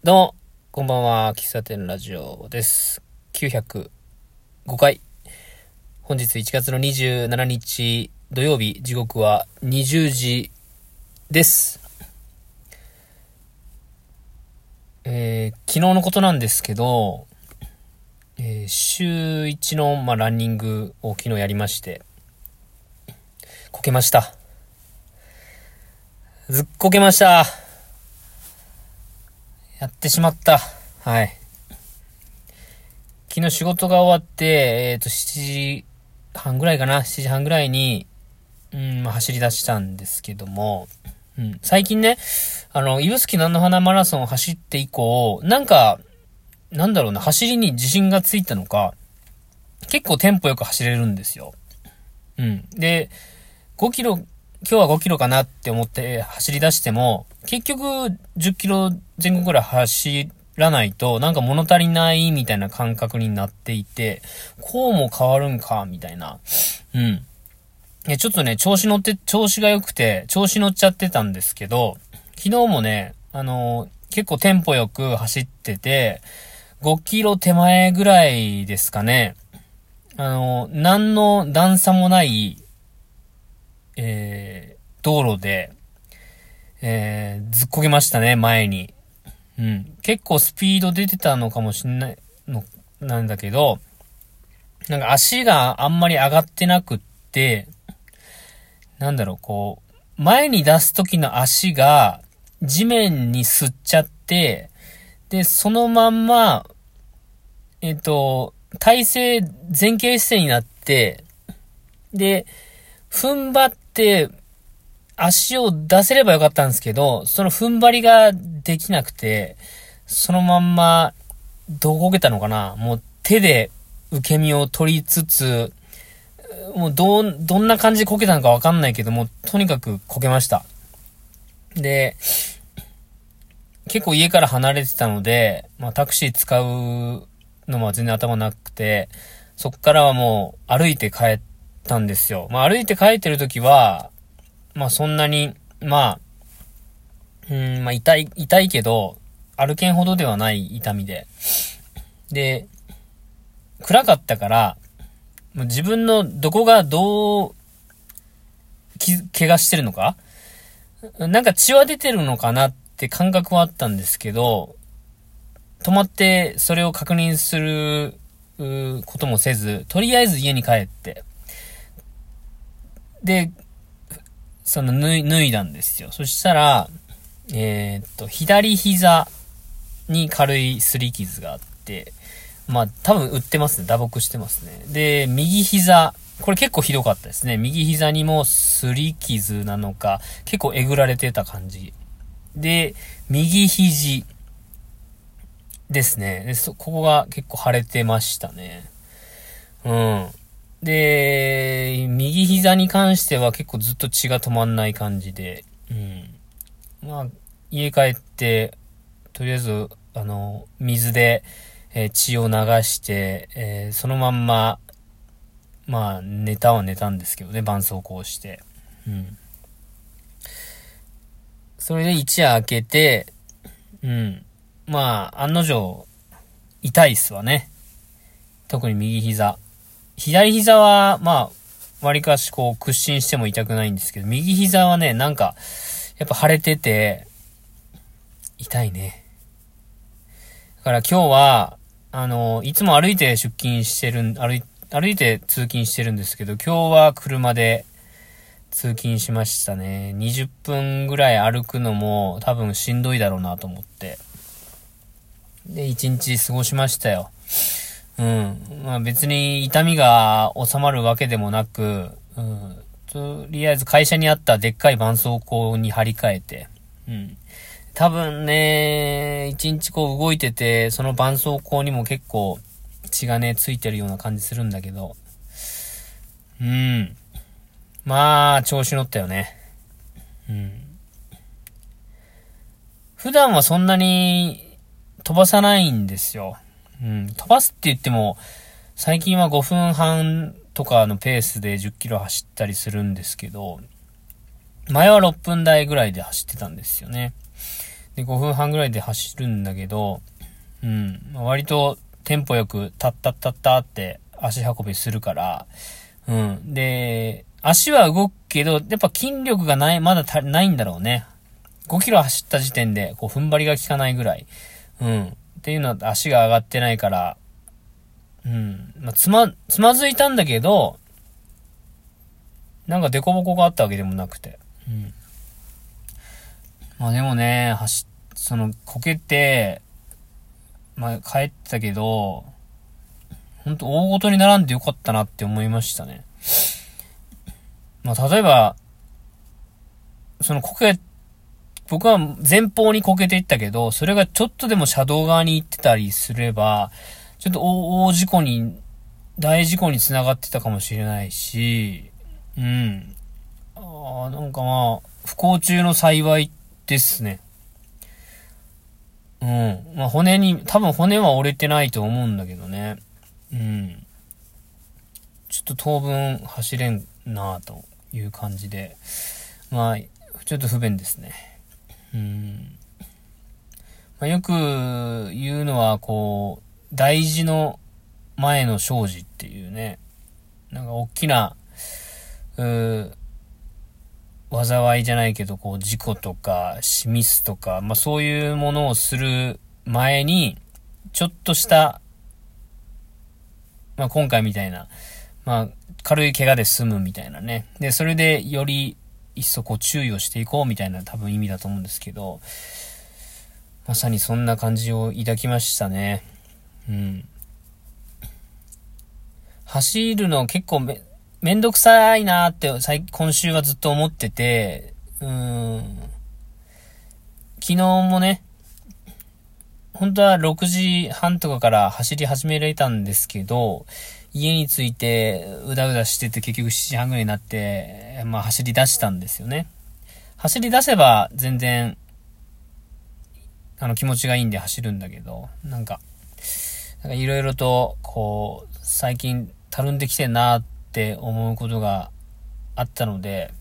どうも、こんばんは。喫茶店ラジオです。905回。本日1月の27日土曜日、時刻は20時です。昨日のことなんですけど、週1の、ランニングを昨日やりまして、こけました。ずっこけました。やってしまった。はい。昨日仕事が終わって、7時半ぐらいかな。7時半ぐらいに、走り出したんですけども、最近ね、指宿菜の花マラソンを走って以降、なんだろうな、走りに自信がついたのか、結構テンポよく走れるんですよ。で、5キロ、今日は5キロかなって思って走り出しても、結局10キロ前後くらい走らないと、なんか物足りないみたいな感覚になっていて、こうも変わるんか、みたいな。ちょっとね、調子が良くて、調子乗っちゃってたんですけど、昨日もね、結構テンポよく走ってて、5キロ手前ぐらいですかね。何の段差もない、道路で、ずっこけましたね、前に。結構スピード出てたのかもしんないの、なんだけど、なんか足があんまり上がってなくって、前に出す時の足が地面に吸っちゃって、で、そのまんま、体勢、前傾姿勢になって、で、踏ん張って、足を出せればよかったんですけど、その踏ん張りができなくて、そのまんま、どこけたのかな？もう手で受け身を取りつつ、もうどんな感じでこけたのかわかんないけども、とにかくこけました。で、結構家から離れてたので、タクシー使うのは全然頭なくて、そっからはもう歩いて帰ったんですよ。歩いて帰ってる時は、そんなに、痛いけど、歩けんほどではない痛みで。で、暗かったから、自分のどこがどう、怪我してるのかなんか血は出てるのかなって感覚はあったんですけど、止まってそれを確認することもせず、とりあえず家に帰って、で、脱いだんですよ。そしたら、左膝に軽い擦り傷があって、多分売ってますね。打撲してますね。で、右膝、これ結構ひどかったですね。右膝にも擦り傷なのか、結構えぐられてた感じ。で、右肘ですね。で、ここが結構腫れてましたね。で、右膝に関しては結構ずっと血が止まんない感じで、家帰って、とりあえず、水で、血を流して、そのまんま、寝たんですけどね、絆創膏をして。それで一夜明けて、案の定、痛いっすわね。特に右膝。左膝は、割かし屈伸しても痛くないんですけど、右膝はね、やっぱ腫れてて、痛いね。だから今日は、いつも歩いて出勤してる歩いて通勤してるんですけど、今日は車で通勤しましたね。20分ぐらい歩くのも多分しんどいだろうなと思って。で、1日過ごしましたよ。別に痛みが収まるわけでもなく、とりあえず会社にあったでっかい絆創膏に張り替えて、多分ね、一日動いてて、その絆創膏にも結構血がね、ついてるような感じするんだけど、調子乗ったよね。普段はそんなに飛ばさないんですよ。飛ばすって言っても、最近は5分半とかのペースで10キロ走ったりするんですけど、前は6分台ぐらいで走ってたんですよね。 で、5分半ぐらいで走るんだけど、割とテンポよくタッタッタッタって足運びするから、で、足は動くけど、やっぱ筋力がまだないんだろうね。5キロ走った時点で、踏ん張りが効かないぐらい。っていうのは足が上がってないから、つまずいたんだけど、なんかデコボコがあったわけでもなくて。でもね、こけて、帰ってたけど、ほんと大ごとにならんでよかったなって思いましたね。例えば、僕は前方にこけていったけど、それがちょっとでも車道側に行ってたりすれば、ちょっと大事故に繋がってたかもしれないし、なんか不幸中の幸いですね。多分骨は折れてないと思うんだけどね。ちょっと当分走れんなぁという感じで。ちょっと不便ですね。よく言うのは、大事の前の小事っていうね。なんか大きな、災いじゃないけど、事故とか、ミスとか、そういうものをする前に、ちょっとした、今回みたいな、軽い怪我で済むみたいなね。で、それでより一層注意をしていこうみたいな多分意味だと思うんですけど、まさにそんな感じを抱きましたね。走るの結構めんどくさいなーって今週はずっと思ってて、昨日もね、本当は6時半とかから走り始められたんですけど、家に着いてうだうだしてて結局7時半ぐらいになって、走り出したんですよね。走り出せば全然、気持ちがいいんで走るんだけど、なんかいろいろと、最近たるんできてんなって思うことがあったので、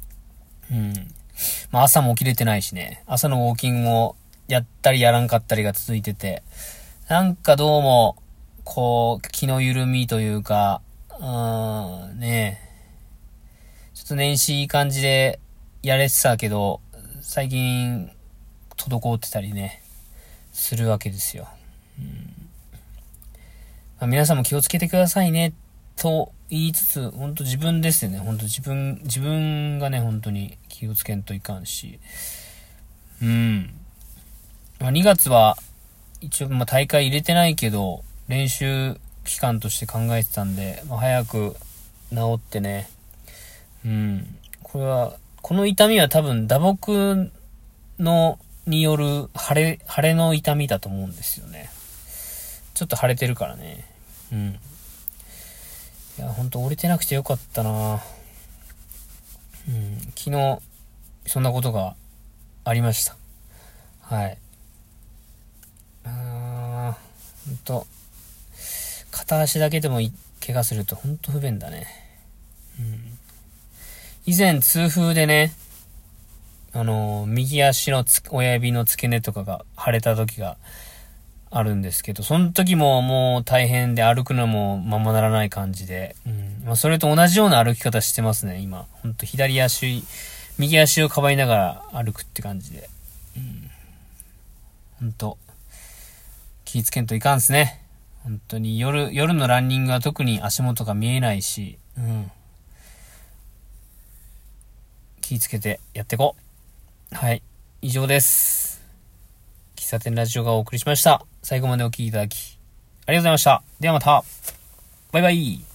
朝も起きれてないしね、朝のウォーキングもやったりやらんかったりが続いてて、なんかどうも、気の緩みというか、ちょっと年始いい感じでやれてたけど、最近、滞ってたりね、するわけですよ。皆さんも気をつけてくださいね、と言いつつ、本当自分ですよね。本当自分がね、本当に気をつけんといかんし。2月は、一応大会入れてないけど、練習期間として考えてたんで、早く治ってね。この痛みは多分打撲による腫れの痛みだと思うんですよね。ちょっと腫れてるからね。いや、ほんと折れてなくてよかったな。昨日、そんなことがありました。はい。ほんと、片足だけでも怪我するとほんと不便だね。以前痛風でね、右足の親指の付け根とかが腫れた時があるんですけど、その時ももう大変で歩くのもままならない感じで、それと同じような歩き方してますね、今。ほんと右足をかばいながら歩くって感じで。ほんと、気ぃつけんといかんすね。本当に夜のランニングは特に足元が見えないし、気ぃつけてやっていこう。はい、以上です。喫茶店ラジオがお送りしました。最後までお聞きいただきありがとうございました。ではまた。バイバイ。